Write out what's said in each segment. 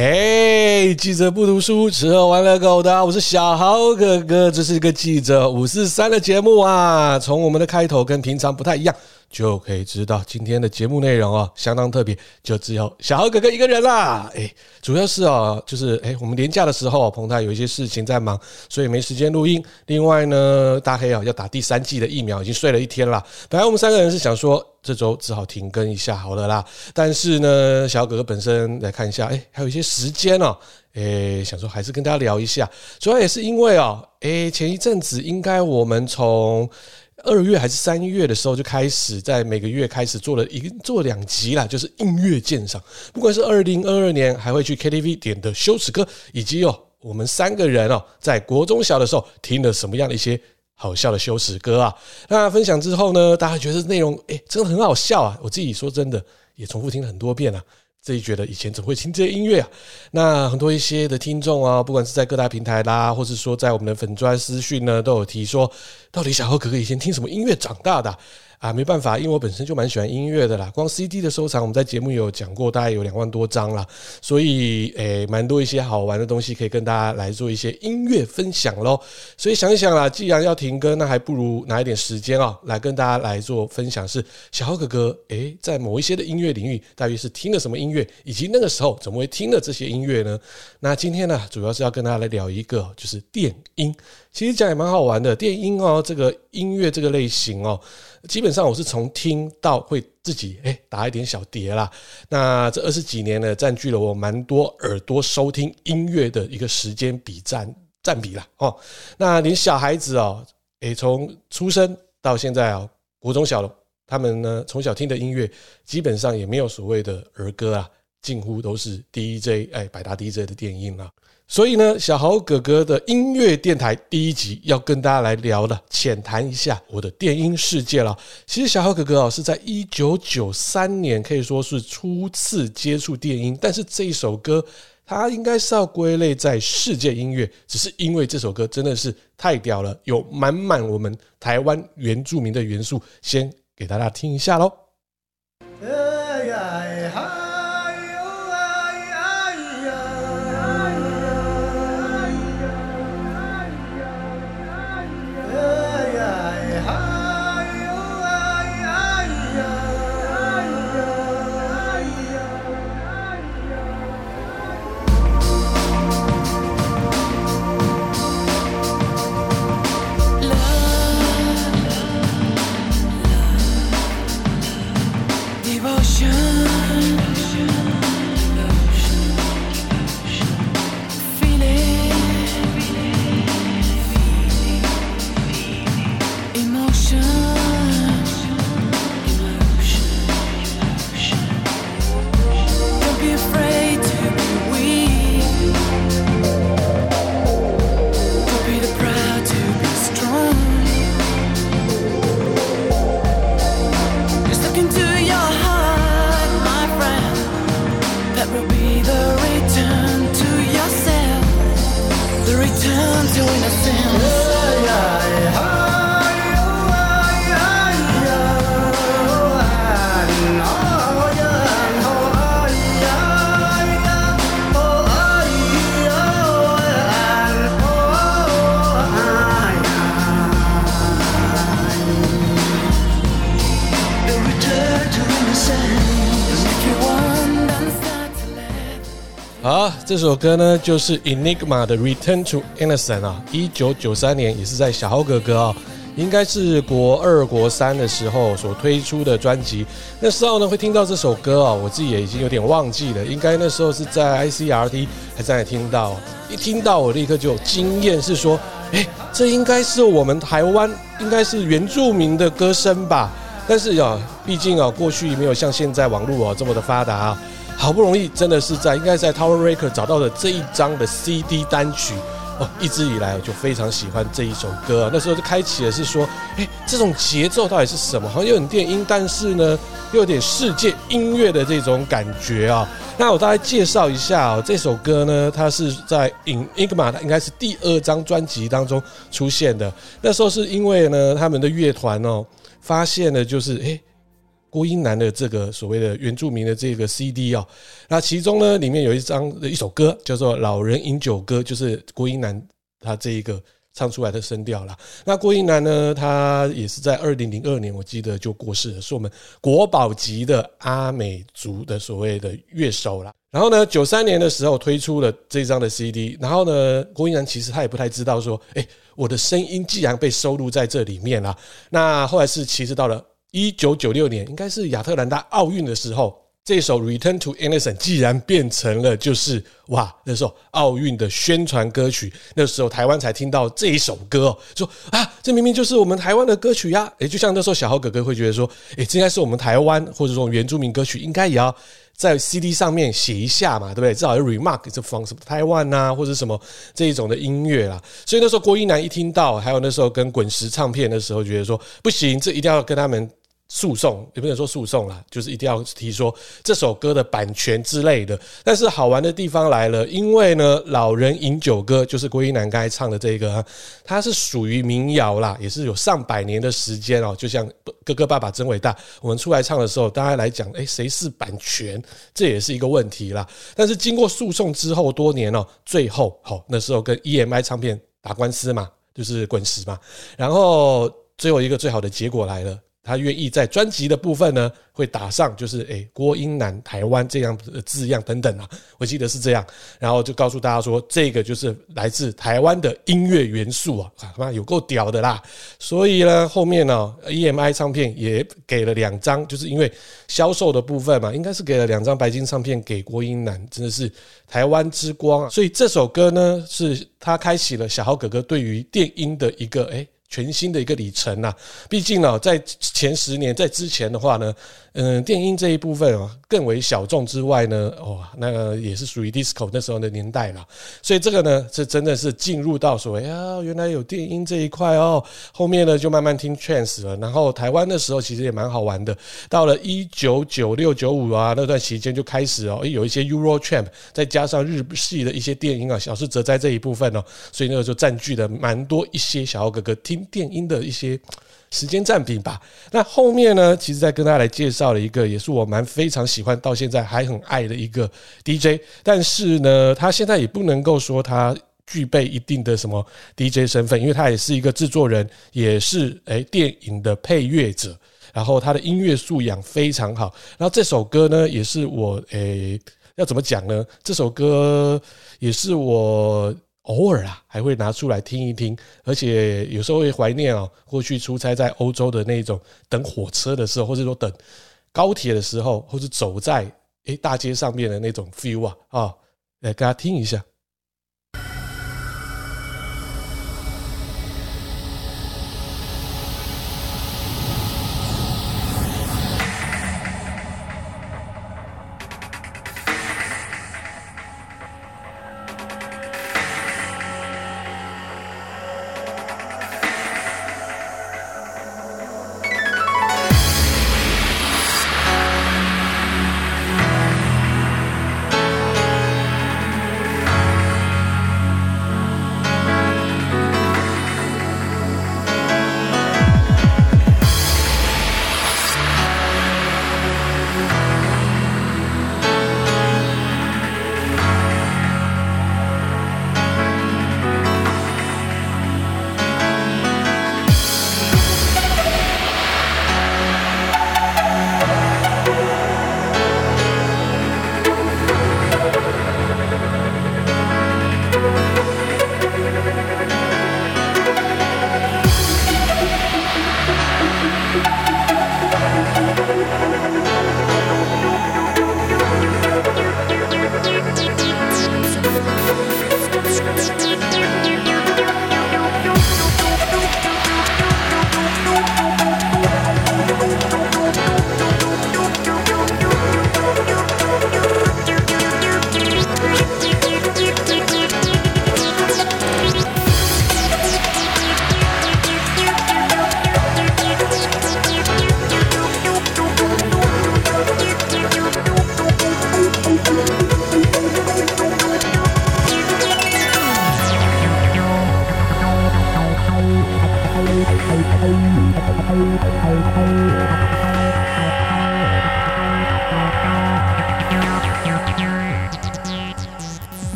嘿，记者不读书，吃喝玩乐够的，我是小豪哥哥，这是一个记者543的节目啊。从我们的开头跟平常不太一样，就可以知道今天的节目内容哦，相当特别，就只有小豪哥哥一个人啦。主要是就是我们连假的时候，彭太有一些事情在忙，所以没时间录音。另外呢，大黑要打第3剂的疫苗，已经睡了1天啦。本来我们3个人是想说，这周只好停更一下好了啦。但是呢，小哥哥本身来看一下，还有一些时间哦，想说还是跟大家聊一下。主要也是因为前一阵子应该我们从2月还是3月的时候就开始在每个月开始做了2集啦，就是音乐鉴赏，不管是2022年还会去 KTV 点的羞耻歌，以及我们3个人在国中小的时候听了什么样的一些好笑的羞耻歌啊。那分享之后呢，大家觉得内容真的很好笑啊，我自己说真的也重复听了很多遍啊，自己觉得以前怎么会听这些音乐啊。那很多一些的听众啊，不管是在各大平台啦，或是说在我们的粉专私讯呢，都有提说到底小豪哥哥以前听什么音乐长大的啊？没办法，因为我本身就蛮喜欢音乐的啦，光 CD 的收藏我们在节目有讲过，大概有2万多张啦，所以蛮多一些好玩的东西可以跟大家来做一些音乐分享咯。所以想一想啦，既然要停更，那还不如拿一点时间来跟大家来做分享，是小豪哥哥在某一些的音乐领域大约是听了什么音乐，以及那个时候怎么会听了这些音乐呢？那今天呢，主要是要跟大家来聊一个就是电音。其实讲也蛮好玩的，电音这个音乐这个类型基本上我是从听到会自己打一点小碟啦。那这20几年呢，占据了我蛮多耳朵收听音乐的一个时间占比啦那连小孩子从出生到现在国中小了，他们呢从小听的音乐基本上也没有所谓的儿歌啊，近乎都是 DJ 百达 DJ 的电音啦。所以呢，小豪哥哥的音乐电台第1集要跟大家来聊的，浅谈一下我的电音世界了。其实小豪哥哥是在1993年可以说是初次接触电音，但是这一首歌它应该是要归类在世界音乐，只是因为这首歌真的是太屌了，有满满我们台湾原住民的元素，先给大家听一下咯。好，这首歌呢就是 Enigma 的 Return to Innocence 1993年也是在小豪哥哥应该是国2国3的时候所推出的专辑。那时候呢会听到这首歌我自己也已经有点忘记了，应该那时候是在 ICRT 还在听到，一听到我立刻就有经验，是说这应该是我们台湾应该是原住民的歌声吧。但是毕竟过去没有像现在网络这么的发达好不容易真的是应该在 Tower Records 找到的这一张的 CD 单曲一直以来我就非常喜欢这一首歌那时候就开启的是说这种节奏到底是什么，好像有点电音，但是呢又有点世界音乐的这种感觉那我大概介绍一下这首歌呢，它是在 Enigma 应该是第2张专辑当中出现的。那时候是因为呢他们的乐团发现了就是郭英男的这个所谓的原住民的这个 CD 哦，那其中呢里面有一首歌叫做《老人饮酒歌》，就是郭英男他这一个唱出来的声调啦。那郭英男呢，他也是在2002年我记得就过世了，是我们国宝级的阿美族的所谓的乐手啦。然后呢93年的时候推出了这张的 CD， 然后呢郭英男其实他也不太知道说我的声音既然被收录在这里面啦。那后来是其实到了1996年应该是亚特兰大奥运的时候，这首 Return to Innocent 既然变成了就是那时候奥运的宣传歌曲，那时候台湾才听到这一首歌说这明明就是我们台湾的歌曲呀。就像那时候小豪哥哥会觉得说这应该是我们台湾或者说原住民歌曲，应该也要在 CD 上面写一下嘛，对不对？至少有 remark 这放什么台湾啊或者什么这一种的音乐啦。所以那时候郭英男一听到，还有那时候跟滚石唱片的时候觉得说不行，这一定要跟他们诉讼，也不能说诉讼啦，就是一定要提说这首歌的版权之类的。但是好玩的地方来了，因为呢老人饮酒歌就是郭英男刚才唱的这个，它是属于民谣啦，也是有上百年的时间就像哥哥爸爸真伟大我们出来唱的时候，大家来讲谁是版权，这也是一个问题啦。但是经过诉讼之后多年最后那时候跟 EMI 唱片打官司嘛，就是滚石嘛，然后最后一个最好的结果来了，他愿意在专辑的部分呢会打上就是郭英男台湾这样的字样等等我记得是这样，然后就告诉大家说这个就是来自台湾的音乐元素他妈有够屌的啦。所以呢后面EMI 唱片也给了2张，就是因为销售的部分嘛，应该是给了2张白金唱片给郭英男，真的是台湾之光所以这首歌呢是他开启了小豪哥哥对于电音的一个全新的一个里程啦。毕竟在前10年在之前的话呢电音这一部分更为小众之外呢那个也是属于 disco 那时候的年代啦。所以这个呢是真的是进入到所谓原来有电音这一块后面呢就慢慢听 trance 了。然后台湾的时候其实也蛮好玩的，到了1996、95那段期间就开始有一些 Euro Trap 再加上日系的一些电音小室哲哉这一部分所以那个就占据了蛮多一些小豪哥哥听电音的一些时间占比吧。那后面呢其实再跟大家来介绍了一个也是我非常喜欢到现在还很爱的一个 DJ， 但是呢他现在也不能够说他具备一定的什么 DJ 身份，因为他也是一个制作人，也是电影的配乐者，然后他的音乐素养非常好。然后这首歌呢也是我要怎么讲呢，这首歌也是我偶尔还会拿出来听一听，而且有时候会怀念过去出差在欧洲的那种等火车的时候，或者说等高铁的时候，或者走在大街上面的那种 feel 来给大家听一下。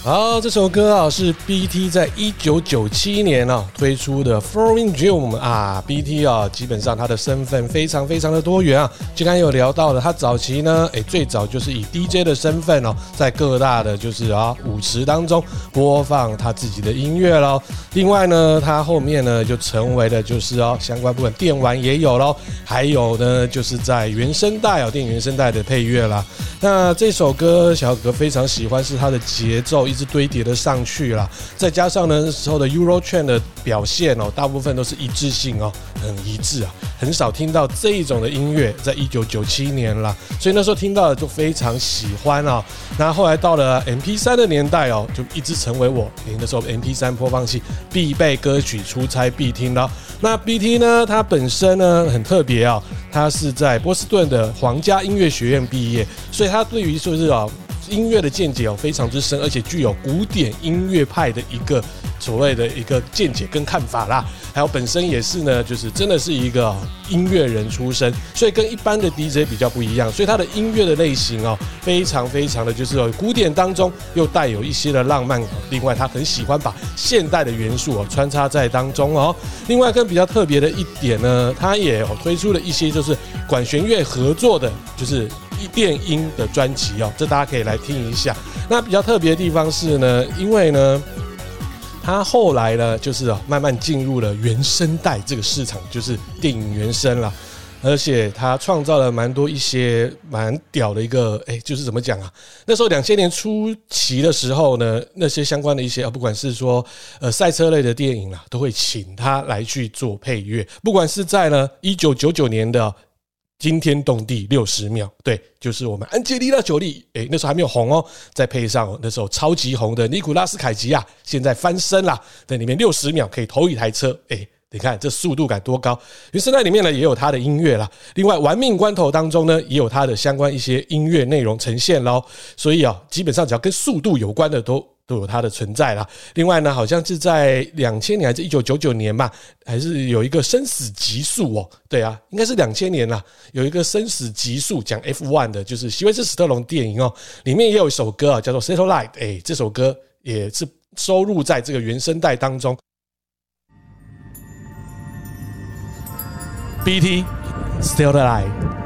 好，这首歌啊是 BT 在1997年推出的 Foreign Dream 啊 ，BT 啊基本上他的身份非常非常的多元啊。就刚才有聊到了，他早期呢，最早就是以 DJ 的身份在各大的就是舞池当中播放他自己的音乐咯。另外呢，他后面呢就成为了就是相关部分电玩也有咯，还有呢就是在原声带电影原声带的配乐啦。那这首歌小哥非常喜欢，是它的节奏一直堆叠的上去啦，再加上呢那时候的 Euro Train 的表现大部分都是一致性很一致啊，很少听到这一种的音乐，在1997年啦，所以那时候听到的就非常喜欢啊。那后来到了 MP3 的年代就一直成为我那时候 MP3 播放器必备歌曲，出差必听了。那 BT 呢，它本身呢很特别它是在波士顿的皇家音乐学院毕业，所以它对于就是音乐的见解非常之深，而且具有古典音乐派的一个所谓的一个见解跟看法啦。还有本身也是呢，就是真的是一个音乐人出身，所以跟一般的 DJ 比较不一样，所以他的音乐的类型非常非常的就是古典当中又带有一些的浪漫。另外他很喜欢把现代的元素穿插在当中另外更比较特别的一点呢，他也推出了一些就是管弦乐合作的，就是电音的专辑这大家可以来听一下。那比较特别的地方是呢，因为呢他后来呢就是慢慢进入了原声带这个市场，就是电影原声啦，而且他创造了蛮多一些蛮屌的一个就是怎么讲那时候2000年初期的时候呢，那些相关的一些不管是说赛车类的电影啦，都会请他来去做配乐，不管是在呢1999年的惊天动地60秒，对，就是我们安吉丽娜·裘丽，那时候还没有红再配上那时候超级红的尼古拉斯·凯奇现在翻身啦，在里面60秒可以投一台车，你看这速度感多高！原声带里面呢也有他的音乐啦，另外《玩命关头》当中呢也有他的相关一些音乐内容呈现咯，所以基本上只要跟速度有关的都有它的存在啦。另外呢，好像是在2000年还是1999年嘛，还是有一个生死极速对啊，应该是2000年啦，有一个生死极速讲 F1 的，就是席维斯·史特龙电影里面也有一首歌叫做 Satellite， 这首歌也是收录在这个原声带当中。BT Still Alive。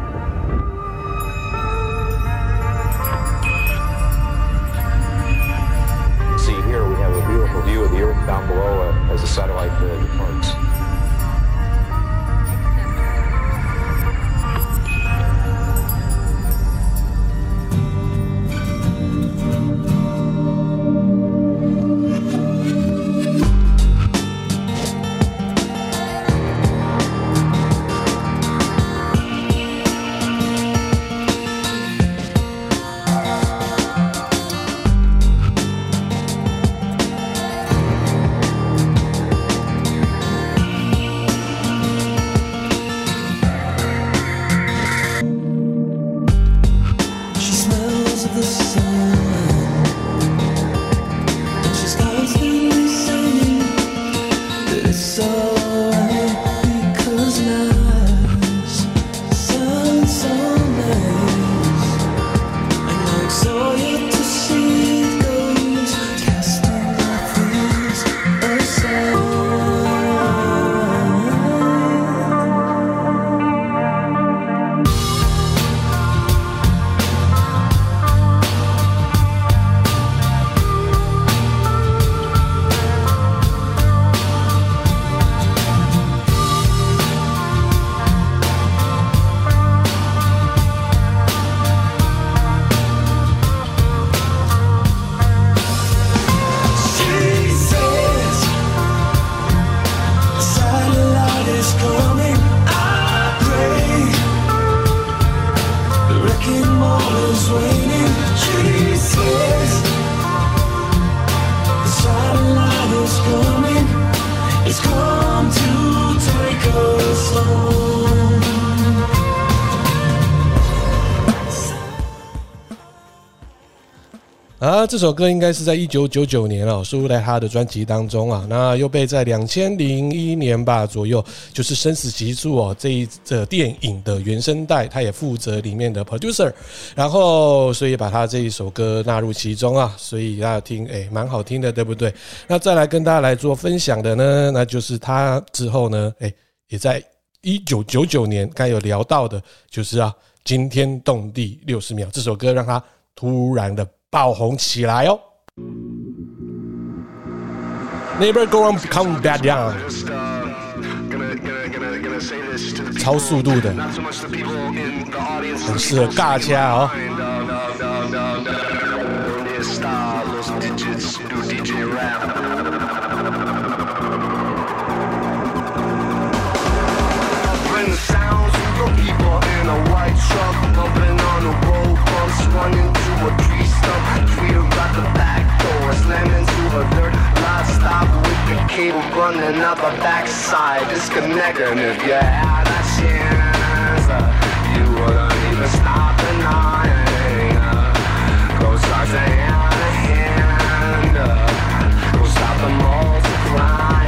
Here we have a beautiful view of the Earth down below as the satellite departs. 啊，这首歌应该是在1999年收录在他的专辑当中啊，那又被在2001年吧左右，就是《生死极速》这电影的原声带，他也负责里面的 producer， 然后所以把他这一首歌纳入其中啊，所以大家听蛮好听的，对不对？那再来跟大家来做分享的呢，那就是他之后呢也在1999年刚才有聊到的，就是惊天动地60秒这首歌让他突然的爆红起来哦。Never gonna come back down， 超速度的，很适合尬掐哦。 Running to a tree stump, tweeter out the back door, slam into a dirt lot, stop with the cable running out the backside, disconnecting. If you had a chance, you wouldn't even stop the night. Go start to hand to hand, go stop the multiplying.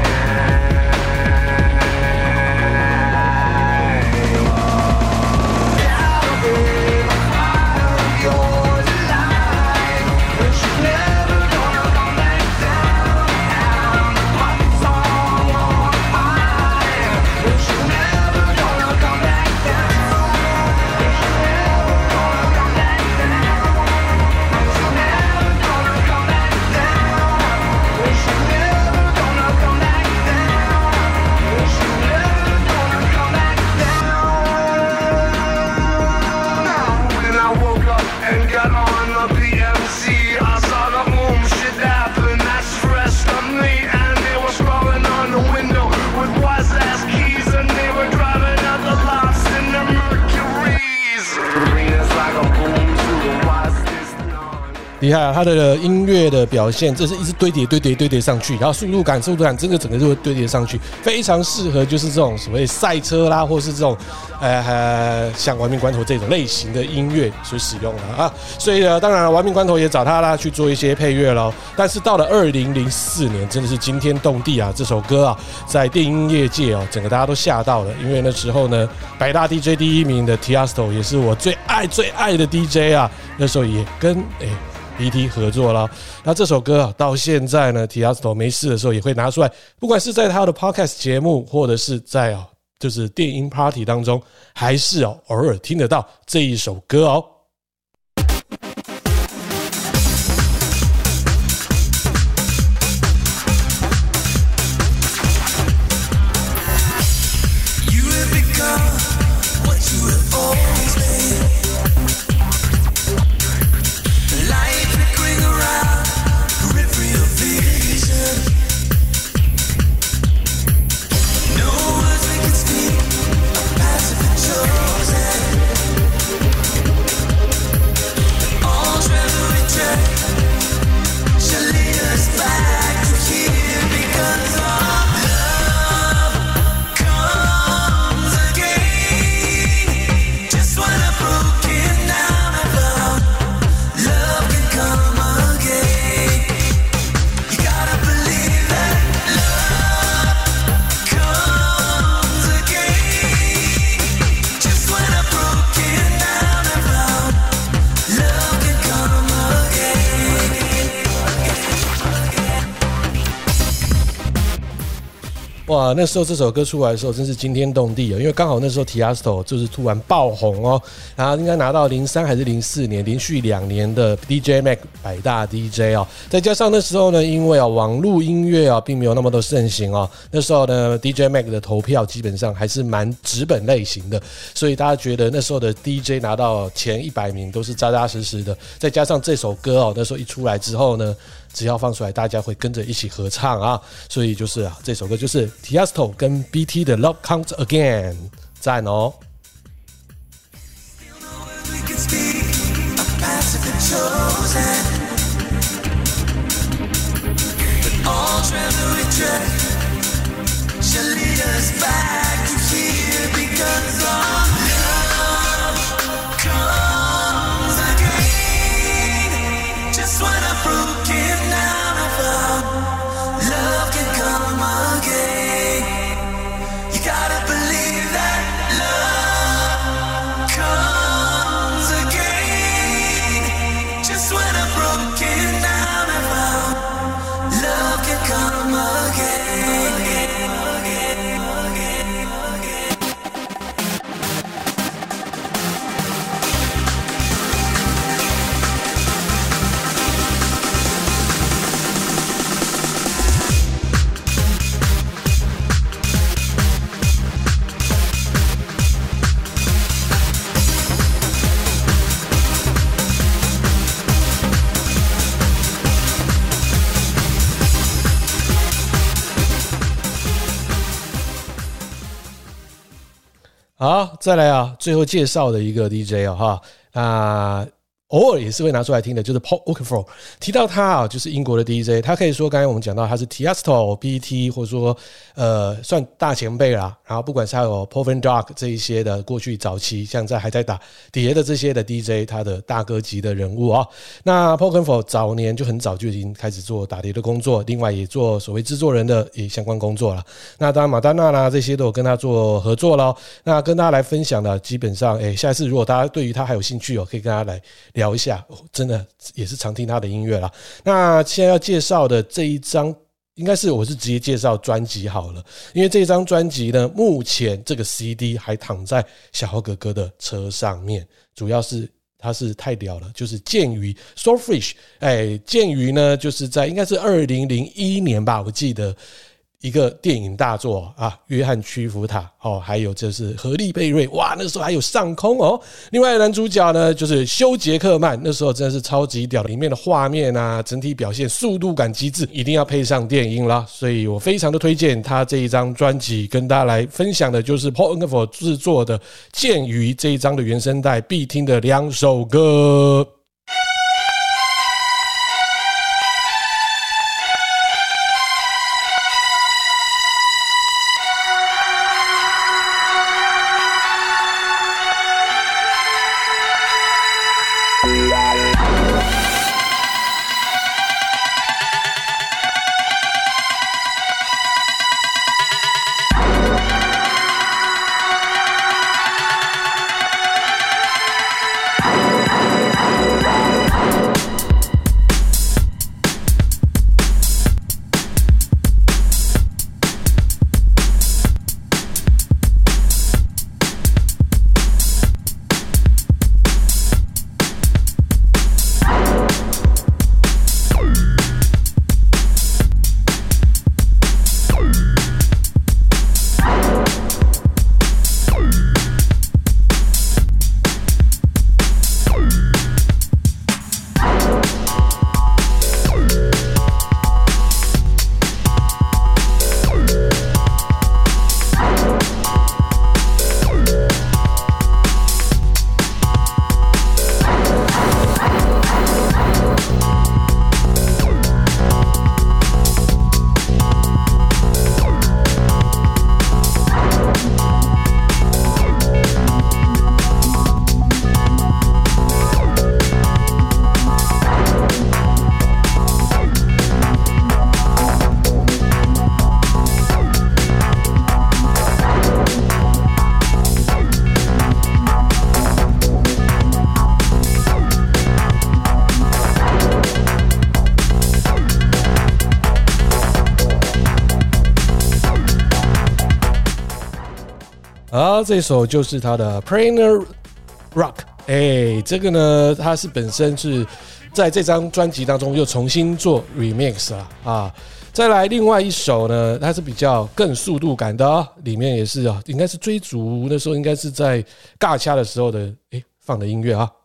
厉害啊！他的音乐的表现，这是一直堆叠上去，然后速度感，这个整个就会堆叠上去，非常适合就是这种所谓赛车啦，或是这种像玩命关头这种类型的音乐所使用的啊。所以当然玩命关头也找他啦去做一些配乐咯。但是到了2004年，真的是惊天动地啊！这首歌啊，在电音业界整个大家都吓到了，因为那时候呢，百大 DJ 第1名的 Tiesto 也是我最爱的 DJ 啊，那时候也跟BT 合作了。那这首歌到现在呢 Tiesto 没事的时候也会拿出来，不管是在他的 podcast 节目，或者是在就是电音 party 当中，还是偶尔听得到这一首歌哦。哇，那时候这首歌出来的时候真是惊天动地因为刚好那时候 Tiesto 就是突然爆红然后应该拿到03还是04年连续2年的 DJ Mag 百大 DJ 再加上那时候呢，因为网络音乐并没有那么的盛行那时候呢 DJ Mag 的投票基本上还是蛮纸本类型的，所以大家觉得那时候的 DJ 拿到前100名都是扎扎实实的，再加上这首歌那时候一出来之后呢，只要放出来大家会跟着一起合唱所以就是这首歌就是 Tiesto 跟 BT 的 Love Comes Again， 赞哦。 Just wanna 好，再来啊，最后介绍的一个 DJ 哦哈，偶尔也是会拿出来听的，就是 Paul Oakenfold。提到他啊，就是英国的 DJ， 他可以说刚才我们讲到他是 Tiesto、BT 或者说算大前辈啦。然后不管是还有 Povin Dog 这一些的过去早期像在还在打碟的这些的 DJ， 他的大哥级的人物啊。那 Paul Oakenfold 早年就很早就已经开始做打碟的工作，另外也做所谓制作人的也相关工作了。那当然马丹娜啦这些都有跟他做合作咯。那跟大家来分享的，基本上下一次如果大家对于他还有兴趣可以跟他来聊一下，真的也是常听他的音乐啦。那现在要介绍的这一张，应该是我是直接介绍专辑好了，因为这张专辑呢，目前这个 CD 还躺在小豪哥哥的车上面，主要是它是太屌了，就是剑鱼 Swordfish， 剑鱼呢就是在应该是2001年吧，我记得。一个电影大作啊，约翰屈服塔还有就是荷丽贝瑞，哇，那时候还有上空哦。另外男主角呢就是休杰克曼，那时候真的是超级屌，里面的画面啊，整体表现速度感极致，一定要配上电音啦。所以我非常的推荐他这一张专辑，跟大家来分享的就是 Paul Oakenfold 制作的《剑鱼》这一张的原声带必听的2首歌。好，这首就是他的 Planar Rock。这个呢，他是本身是在这张专辑当中又重新做 remix 啦啊。再来另外一首呢，它是比较更速度感的里面也是应该是追逐那时候应该是在尬掐的时候的放的音乐啊。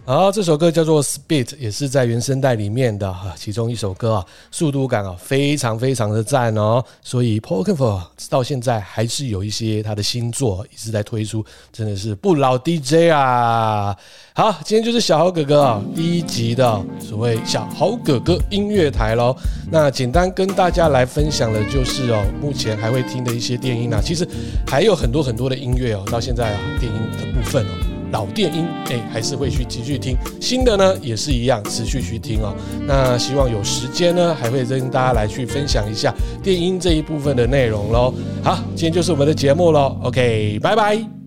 好，这首歌叫做 Speed， 也是在原声带里面的其中一首歌啊，速度感非常非常的赞哦。所以 Paul Oakenfold 到现在还是有一些他的新作一直在推出，真的是不老 DJ 啊。好，今天就是小豪哥哥第一集的所谓小豪哥哥音乐台咯。那简单跟大家来分享的就是目前还会听的一些电音啊，其实还有很多很多的音乐到现在电音的部分老电音还是会去继续听，新的呢也是一样持续去听那希望有时间呢还会跟大家来去分享一下电音这一部分的内容咯。好，今天就是我们的节目咯 OK， 拜拜。